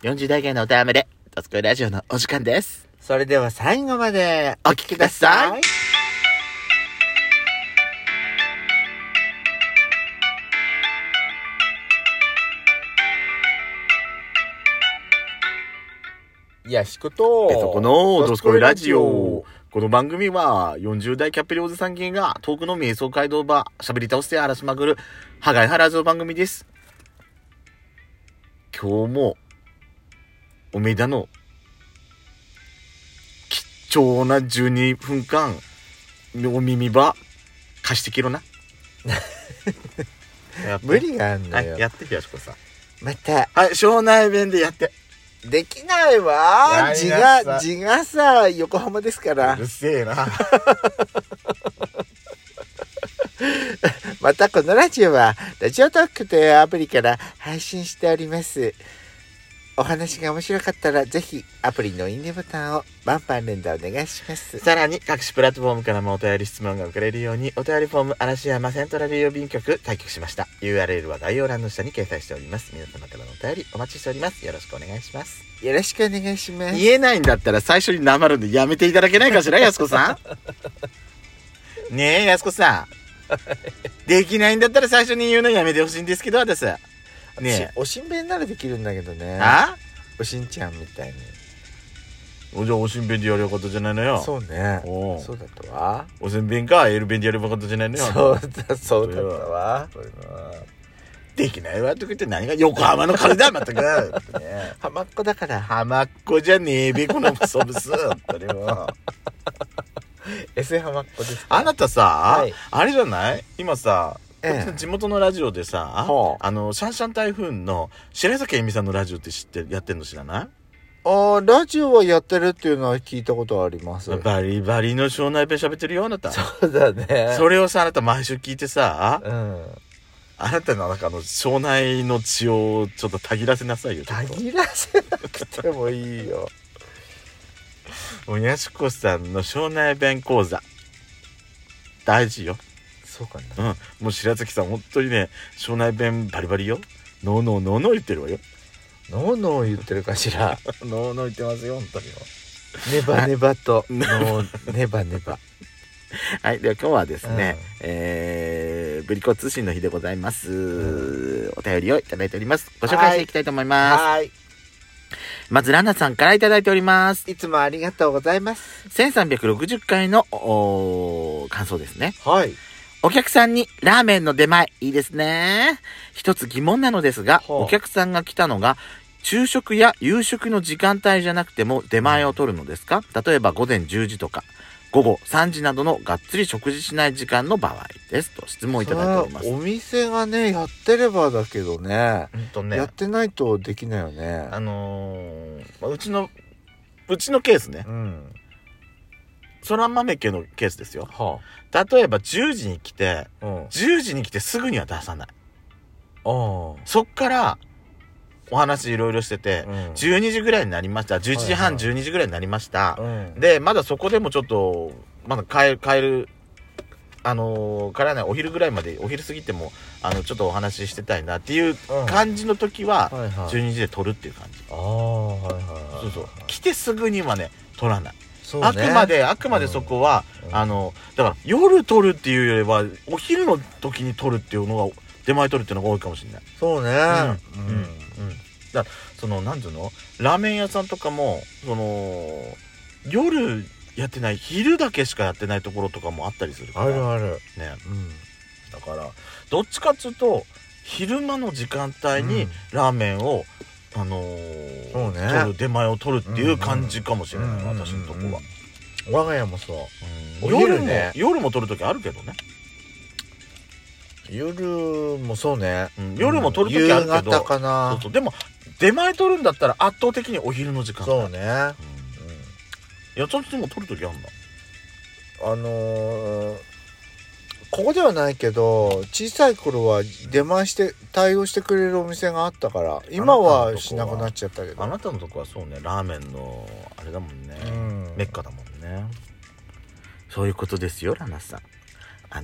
40代芸の歌やめでドスコイラジオのお時間です。 それでは最後までお聞きください。 やしことこのドスコイラジオ。この番組は40代キャッペリおじさん芸が遠くの瞑想街道場喋り倒して荒らしまぐるはがいはらずの番組です。今日もおめだの貴重な12分間お耳ば貸してきろな。 無理があんのよ。 はい、やってやしこさん。 またはい、庄内弁でやって。 できないわ。字がさ横浜ですから。 うるせえな。 またこのラジオはラジオトークというアプリから配信しております。お話が面白かったらぜひアプリのいいねボタンをバンバン連打お願いします。 さらに各種プラットフォームからもお便り質問が送れるようにお便りフォーム嵐山セントラル郵便局開局しました。 URL は概要欄の下に掲載しております。皆様からのお便りお待ちしております。よろしくお願いします。 よろしくお願いします。 言えないんだったら最初になまるんでやめていただけないかしら。やすこさんねえやすこさんできないんだったら最初に言うのやめてほしいんですけど。私ねえおしんべんならできるんだけどね。 あおしんちゃんみたいに。 じゃあおしんべんでやることじゃないのよ。 そうね。 おそうだったわ。 おせんべんかエール弁でやることじゃないのよ。 そうだったわ。 できないわとか言って何が横浜の金だまったく、ね、 浜っ子だから。 浜っ子じゃねえべこのソブス本当にもうエセ浜っ子ですか。 あなたさ、 はい、 あれじゃない今さ、地元のラジオでさ、シャンシャン台風の白崎恵美さんのラジオって知ってやってんの知らない？ ラジオはやってるっていうのは聞いたことあります。 バリバリの庄内弁喋ってるよあなた。 そうだね。 それをさあなた毎週聞いてさ、 あなたのなんか庄内の血をちょっとたぎらせなさいよ。 たぎらせなくてもいいよ。 もうやしこさんの庄内弁講座大事よ。 そうかな。 もう白崎さん本当にね庄内弁バリバリよ。ノーノーノーノー言ってるわよ。 ノーノー言ってるかしら。 ノーノー言ってますよ本当によ。 ネバネバとノーネバネバ。 はい、では今日はですね、ぶりこ通信の日でございます、お便りをいただいております。ご紹介していきたいと思います。はい。まずランナさんからいただいております。 いつもありがとうございます。 1360回の感想ですね。 はい。 お客さんにラーメンの出前いいですね。一つ疑問なのですが、お客さんが来たのが昼食や夕食の時間帯じゃなくても出前を取るのですか？例えば午前10時とか午後3時などのがっつり食事しない時間の場合ですと質問いただいております。 お店がねやってればだけどね、やってないとできないよね。 うちのケースね、そら豆家のケースですよ。例えば10時に来て、10時に来てすぐには出さない。そっからお話いろいろしてて、12時ぐらいになりました。11時半、12時ぐらいになりました。で、まだそこでもちょっと、まだ帰る、からね、お昼ぐらいまで、お昼過ぎても、ちょっとお話ししてたいなっていう感じの時は、12時で撮るっていう感じ。そうそう。来てすぐにはね、撮らない。あくまでそこは、だから夜撮るっていうよりは、お昼の時に撮るっていうのが、出前取るっていうのが多いかもしれない。 そうね。 だからなんていうの？ラーメン屋さんとかも夜やってない昼だけしかやってないところとかもあったりするから。 あるね。だからどっちかっつうと昼間の時間帯にラーメンを取る出前を取るっていう感じかもしれない。私のとこは。 我が家もそう。 夜も取る時あるけどね。 夜もそうね、 夜も撮る時あるけど、 夕方かな。 でも出前撮るんだったら圧倒的にお昼の時間。 そうね。 やつでも撮る時あるんだ。 ここではないけど小さい頃は出前して対応してくれるお店があったから今はしなくなっちゃったけど。 あなたのとこはそうね、ラーメンのあれだもんね、メッカだもんね。そういうことですよラナさん。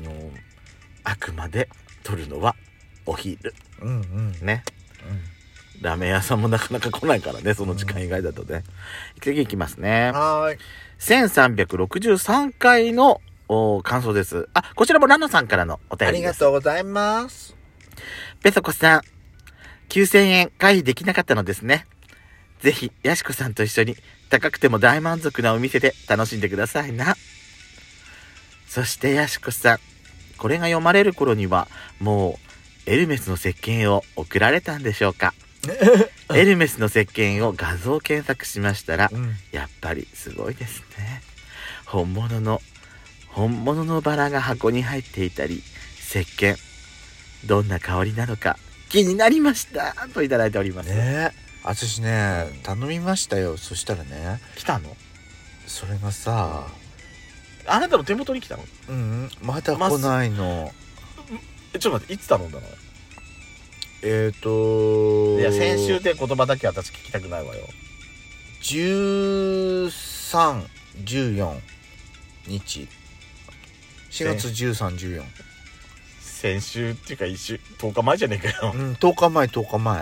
あくまで取るのはお昼、ね、 ラーメン屋さんもなかなか来ないからね、その時間以外だとね。次行きますね。 はい。 1363回の感想です。あ、こちらもラナさんからのお便りです。 ありがとうございます。 ペソコさん、9000円回避できなかったのですね。ぜひ、ヤシコさんと一緒に高くても大満足なお店で楽しんでくださいな。そしてヤシコさん、これが読まれる頃にはもうエルメスの石鹸を送られたんでしょうか。エルメスの石鹸を画像検索しましたら、やっぱりすごいですね。本物のバラが箱に入っていたり、石鹸どんな香りなのか気になりましたといただいております。 ね、私ね頼みましたよ。そしたらね、 来たの？ それがさ、 あなたの手元に来たの？ うん、まだ来ないの。 ちょっと待って、いつ頼んだの？いや、先週で言葉だけ私聞きたくないわよ。 13、14日、4月13、14。 先週っていうか10日前じゃねえかよ。 10日前。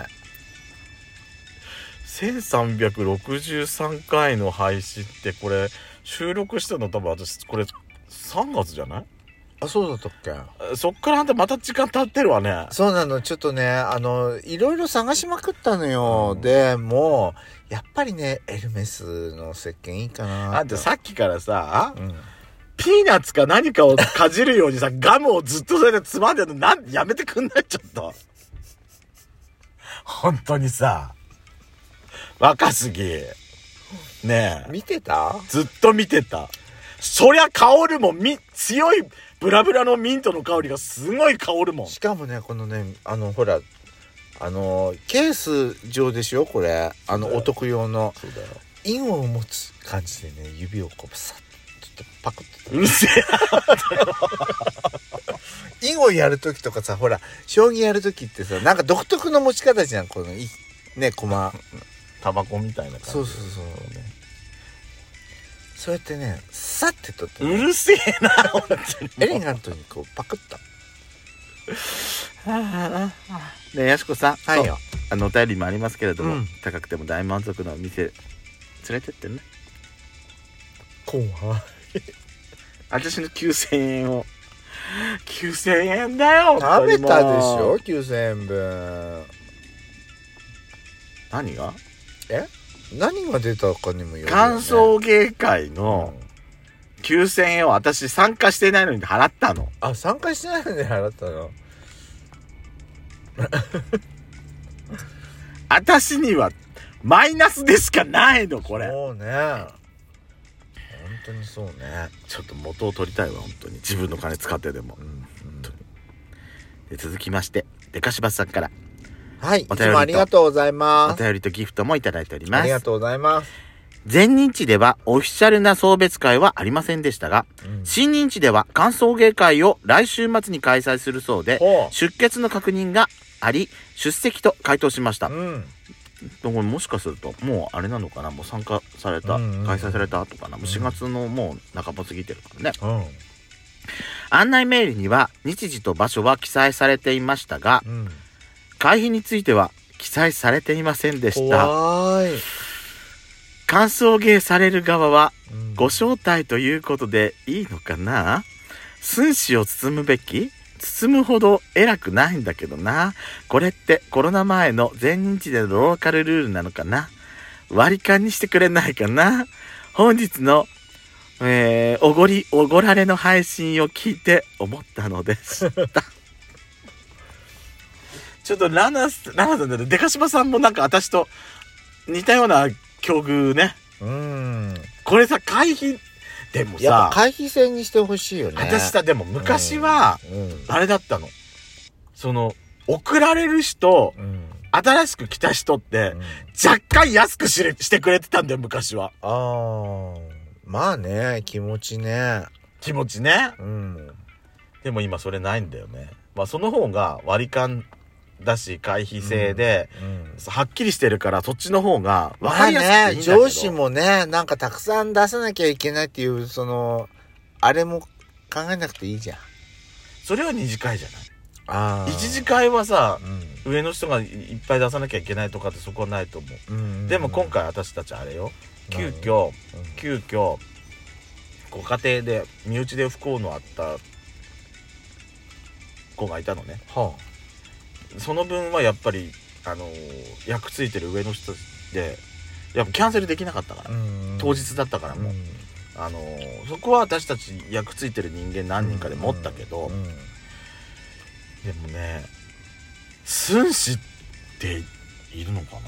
1363回の配信ってこれ収録したの多分私これ3月じゃない？ あ、そうだったっけ？ そっからあんたまた時間経ってるわね。 そうなの。ちょっとね、いろいろ探しまくったのよ。でもやっぱりね、エルメスの石鹸いいかな。 あんたさっきからさ、ピーナッツか何かをかじるようにさ、ガムをずっとそれでつまんでるのやめてくんない？ちょっと本当にさ、若すぎねえ。 見てた？ ずっと見てた。そりゃ香るもん。強いブラブラのミントの香りがすごい香るもん。 しかもね、このね、ほら、ケース状でしょこれ。お得用の。 そうだよ。 印を持つ感じでね、指をこうさっとパクッと。 うるせえな。囲碁やるときとかさ、ほら、将棋やるときってさ、なんか独特の持ち方じゃん、このね、駒。 タバコみたいな感じ。 そう、そうやってね、さって取って、 ね、うるせえな、本当に。 エレガントにこうパクッと。 ねえ、やしこさん。 はいよ。 お便りもありますけれども、高くても大満足のお店連れてってね。 怖い。 私の9000円を。9000円だよ。 食べたでしょ、9000円分。 何が？ 何が出たかにもよるよね。 歓送迎会の9000円を私参加してないのに払ったの。 あ、参加してないのに払ったの？ 私にはマイナスでしかないの、これ。 そうね。本当にそうね。 ちょっと元を取りたいわ、本当に。自分の金使ってでも。本当に。で、続きまして、デカシバさんから。 はい、いつもありがとうございます。 お便りとギフトもいただいております。 ありがとうございます。 前任地ではオフィシャルな送別会はありませんでしたが、新任地では歓送迎会を来週末に開催するそうで、出欠の確認があり、出席と回答しました。これもしかすると、もうあれなのかな、もう参加された、開催された後かな、もう4月のもう半ば過ぎてるからね。案内メールには日時と場所は記載されていましたが、会費については記載されていませんでした。歓送迎される側はご招待ということでいいのかな？寸志を包むべき？包むほど偉くないんだけどな。これってコロナ前の前任地でのローカルルールなのかな？割り勘にしてくれないかな？本日の、おごられの配信を聞いて思ったのでした。ちょっとラナさんだって、デカシバさんもなんか私と似たような境遇ね。これさ、会費、でもさ、 やっぱ会費制にしてほしいよね。 私さ、でも昔は、あれだったの。その、送られる人、新しく来た人って、若干安くしてくれてたんだよ、昔は。 まあね、気持ちね。 気持ちね。でも今それないんだよね。まあその方が割り勘だし、会費制で、はっきりしてるから、そっちの方が分かりやすくていいんだけど。 上司もね、なんかたくさん出さなきゃいけないっていう、あれも考えなくていいじゃん。 それは二次会じゃない？ 一次会はさ、上の人がいっぱい出さなきゃいけないとかってそこはないと思う、でも今回私たちあれよ、急遽ご家庭で身内で不幸のあった子がいたのね、その分はやっぱり役ついてる上の人でやっぱキャンセルできなかったから、当日だったからもう、そこは私たち役ついてる人間何人かで持ったけど、でもね寸志っているのかな、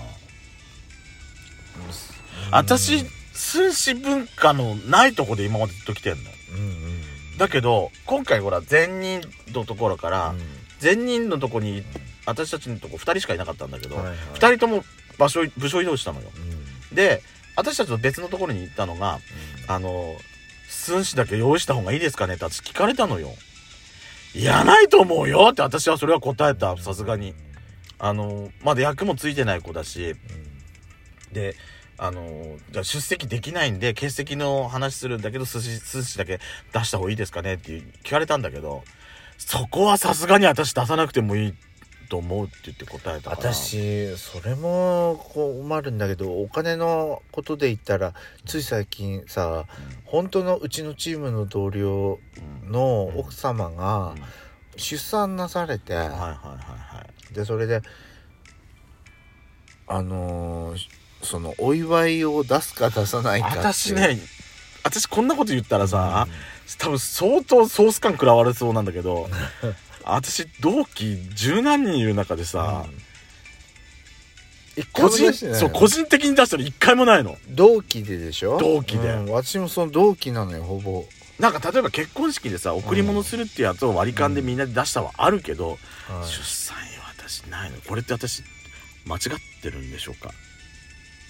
私寸志文化のないとこで今までずっと来てんの、だけど今回ほら前任のところから、前任のとこに私たちのとこ2人しかいなかったんだけど、2人とも部署移動したのよ、で私たちと別のところに行ったのが、寸志だけ用意した方がいいですかねって私聞かれたのよ。いらないと思うよって私はそれは答えた。さすがにまだ役もついてない子だし、でじゃあ出席できないんで欠席の話するんだけど寿司だけ出した方がいいですかねって聞かれたんだけど、そこはさすがに私出さなくてもいいと思うって言って答えたから。 私それも困るんだけど、お金のことで言ったらつい最近さ、本当のうちのチームの同僚の奥様が出産なされて、でそれでそのお祝いを出すか出さないかって。 私こんなこと言ったらさ、多分相当ソース感食らわれそうなんだけど私同期十何人いる中でさ、個人的に出したら一回もないの。 同期ででしょ。 同期で、 私もその同期なのよほぼ。 なんか例えば結婚式でさ贈り物するってやつを割り勘でみんなで出したはあるけど、出産は私ないの。これって私間違ってるんでしょうか。